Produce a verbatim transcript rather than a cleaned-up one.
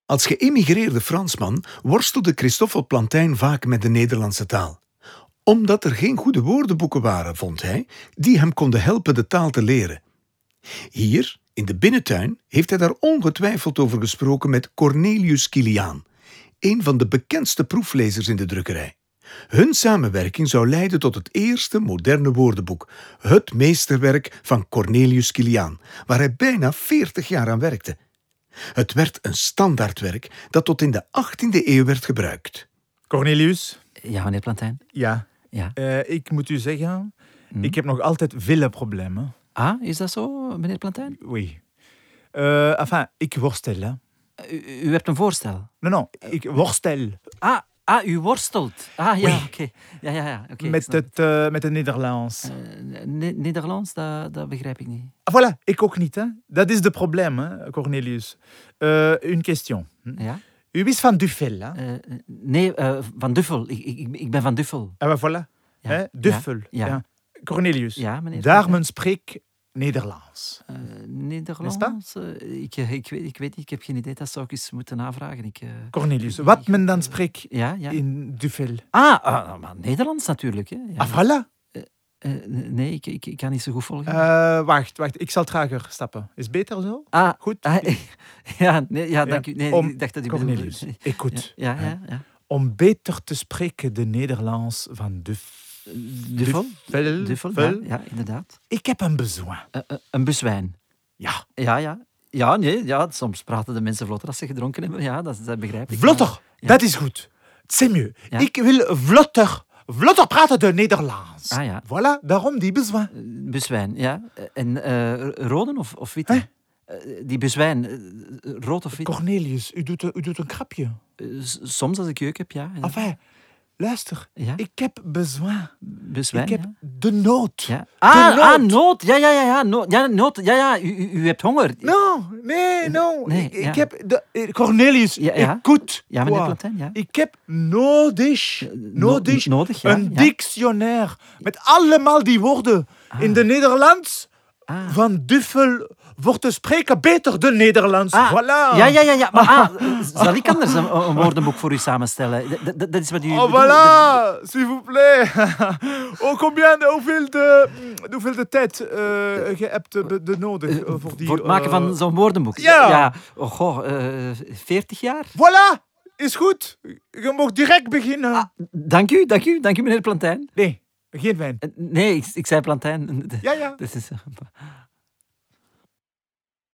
Als geëmigreerde Fransman worstelde Christoffel Plantijn vaak met de Nederlandse taal. Omdat er geen goede woordenboeken waren, vond hij, die hem konden helpen de taal te leren. Hier, in de binnentuin, heeft hij daar ongetwijfeld over gesproken met Cornelius Kiliaan, een van de bekendste proeflezers in de drukkerij. Hun samenwerking zou leiden tot het eerste moderne woordenboek, het meesterwerk van Cornelius Kiliaan, waar hij bijna veertig jaar aan werkte. Het werd een standaardwerk dat tot in de achttiende eeuw werd gebruikt. Cornelius? Ja, meneer Plantijn? Ja. Ja. Uh, ik moet u zeggen, Hm? ik heb nog altijd vele problemen. Ah, is dat zo, meneer Plantijn? Oui. Uh, enfin, ik worstel, hè. U, u hebt een voorstel? Non, non, ik worstel. Ah, ah u worstelt. Ah, ja, Oui. oké. Okay. Ja, ja, ja. Okay, met, het, uh, met het Nederlands. Uh, ne- Nederlands, dat, dat begrijp ik niet. Ah, voilà, ik ook niet, hè. Dat is het probleem, hè, Cornelius. Uh, een question. Ja? U is van Duffel, hè? Uh, nee, uh, van Duffel. Ik, ik, ik ben van Duffel. Ah, voilà. Ja. Hè? Duffel. Ja. Ja. Ja. Cornelius, Ja, meneer. daar men spreekt Nederlands. Uh, Nederlands? Uh, ik, ik, weet, ik weet niet, ik heb geen idee. Dat zou ik eens moeten navragen. Ik, uh, Cornelius, wat men dan spreekt ja, ja. in Duffel? Ah, uh, maar Nederlands natuurlijk. Hè. Ja. Ah, voilà. Uh, uh, nee, ik, ik, ik kan niet zo goed volgen. Uh, wacht, wacht. Ik zal trager stappen. Is beter zo? Ah, goed. Ah, ja, nee, ja, dank ja. u. Nee, Om, ik dacht dat u Cornelius, bedoelde... écoute. Ja, ja, ja, ja. Om beter te spreken de Nederlands van Duffel. Duffel? Duffel, Duffel, Duffel. ja, ja, inderdaad. Ik heb een besoin. Uh, uh, een bezwijn. Ja. Ja, ja. Ja, nee, ja, soms praten de mensen vlotter als ze gedronken hebben. Ja, dat, dat begrijp ik. Vlotter, maar, ja. dat is goed. C'est mieux. Ja. Ik wil vlotter, vlotter praten de Nederlands. Ah ja. Voilà, daarom die besoin. Uh, bezwijn, ja. En uh, rode of, of witte? Hè? Uh, die bezwijn, uh, rood of wit? Cornelius, u doet, u doet een grapje. Uh, soms als ik jeuk heb, ja. ja. Enfin, luister. Ja? Ik heb besoin. Bezwijn, ik heb ja. de nood. Ja. Ah, de nood. ah, nood. Ja, ja, ja, ja. Nood. Ja, nood. Ja, ja. U, u, u hebt honger. No, nee, no. Nee, ik, ja. ik heb... De, Cornelius, Ja, ja. écoute. Ja, meneer toi. Plantijn, ja. Ik heb nodig, no- nodig, nodig, ja, een ja. dictionaire met allemaal die woorden Ah. in de Nederlands Ah. van Duffel voor te spreken beter de Nederlands. Ah, Voilà. Ja, ja, ja. ja. Maar ah, zal ik anders een, een woordenboek voor u samenstellen? Dat, dat, dat is wat u... Oh, bedoelt. voilà, s'il vous plaît. oh, combien, hoeveel de, hoeveel de tijd uh, je hebt de, de nodig uh, voor die... Voor het maken uh, van zo'n woordenboek? Ja. ja. Oh, goh, uh, veertig jaar? Voilà, is goed. Je mag direct beginnen. Ah, dank u, dank u, dank u, meneer Plantijn. Nee, geen wijn. Uh, nee, ik, ik zei Plantijn. Ja, ja. Dat is...